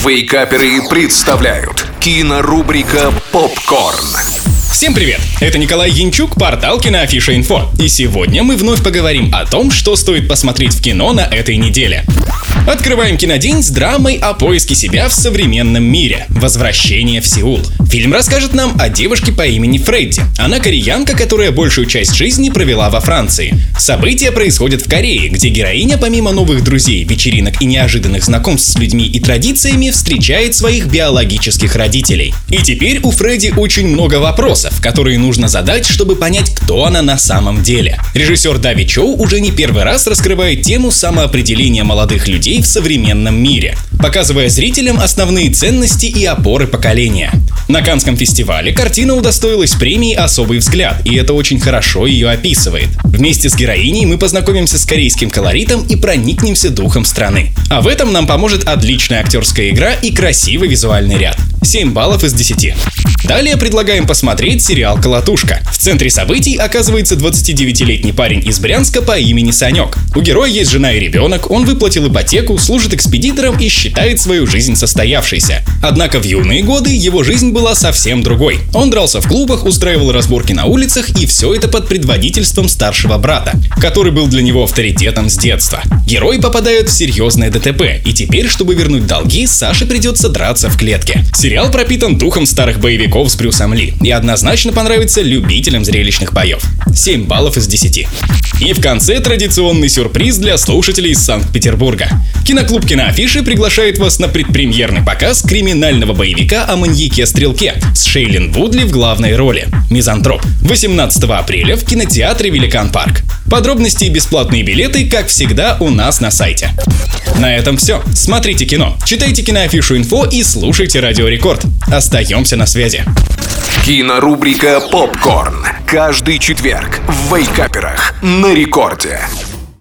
Вейкаперы представляют кинорубрика «Попкорн». Всем привет! Это Николай Янчук, портал Киноафиша.инфо. И сегодня мы вновь поговорим о том, что стоит посмотреть в кино на этой неделе. Открываем кинодень с драмой о поиске себя в современном мире. «Возвращение в Сеул». Фильм расскажет нам о девушке по имени Фредди. Она кореянка, которая большую часть жизни провела во Франции. События происходят в Корее, где героиня, помимо новых друзей, вечеринок и неожиданных знакомств с людьми и традициями, встречает своих биологических родителей. И теперь у Фредди очень много вопросов, которые нужно задать, чтобы понять, кто она на самом деле. Режиссер Дави Чоу уже не первый раз раскрывает тему самоопределения молодых людей в современном мире, показывая зрителям основные ценности и опоры поколения. На Каннском фестивале картина удостоилась премии «Особый взгляд», и это очень хорошо ее описывает. Вместе с героиней мы познакомимся с корейским колоритом и проникнемся духом страны. А в этом нам поможет отличная актерская игра и красивый визуальный ряд. 7 баллов из 10. Далее предлагаем посмотреть сериал «Колотушка». В центре событий оказывается 29-летний парень из Брянска по имени Санек. У героя есть жена и ребенок, он выплатил ипотеку, служит экспедитором и считает свою жизнь состоявшейся. Однако в юные годы его жизнь была совсем другой. Он дрался в клубах, устраивал разборки на улицах, и все это под предводительством старшего брата, который был для него авторитетом с детства. Герой попадает в серьезное ДТП, и теперь, чтобы вернуть долги, Саше придется драться в клетке. Сериал пропитан духом старых боевиков с Брюсом Ли и однозначно понравится любителям зрелищных боев. 7 баллов из 10. И в конце традиционный сюрприз для слушателей из Санкт-Петербурга. Киноклуб «Киноафиши» приглашает вас на предпремьерный показ криминального боевика о маньяке-стрелке с Шейлин Вудли в главной роли. «Мизантроп». 18 апреля в кинотеатре «Великан Парк». Подробности и бесплатные билеты, как всегда, у нас на сайте. На этом все. Смотрите кино, читайте Киноафишу.инфо и слушайте Радио Рекорд. Остаемся на связи. Кинорубрика «Попкорн». Каждый четверг в Вейкаперах на Рекорде.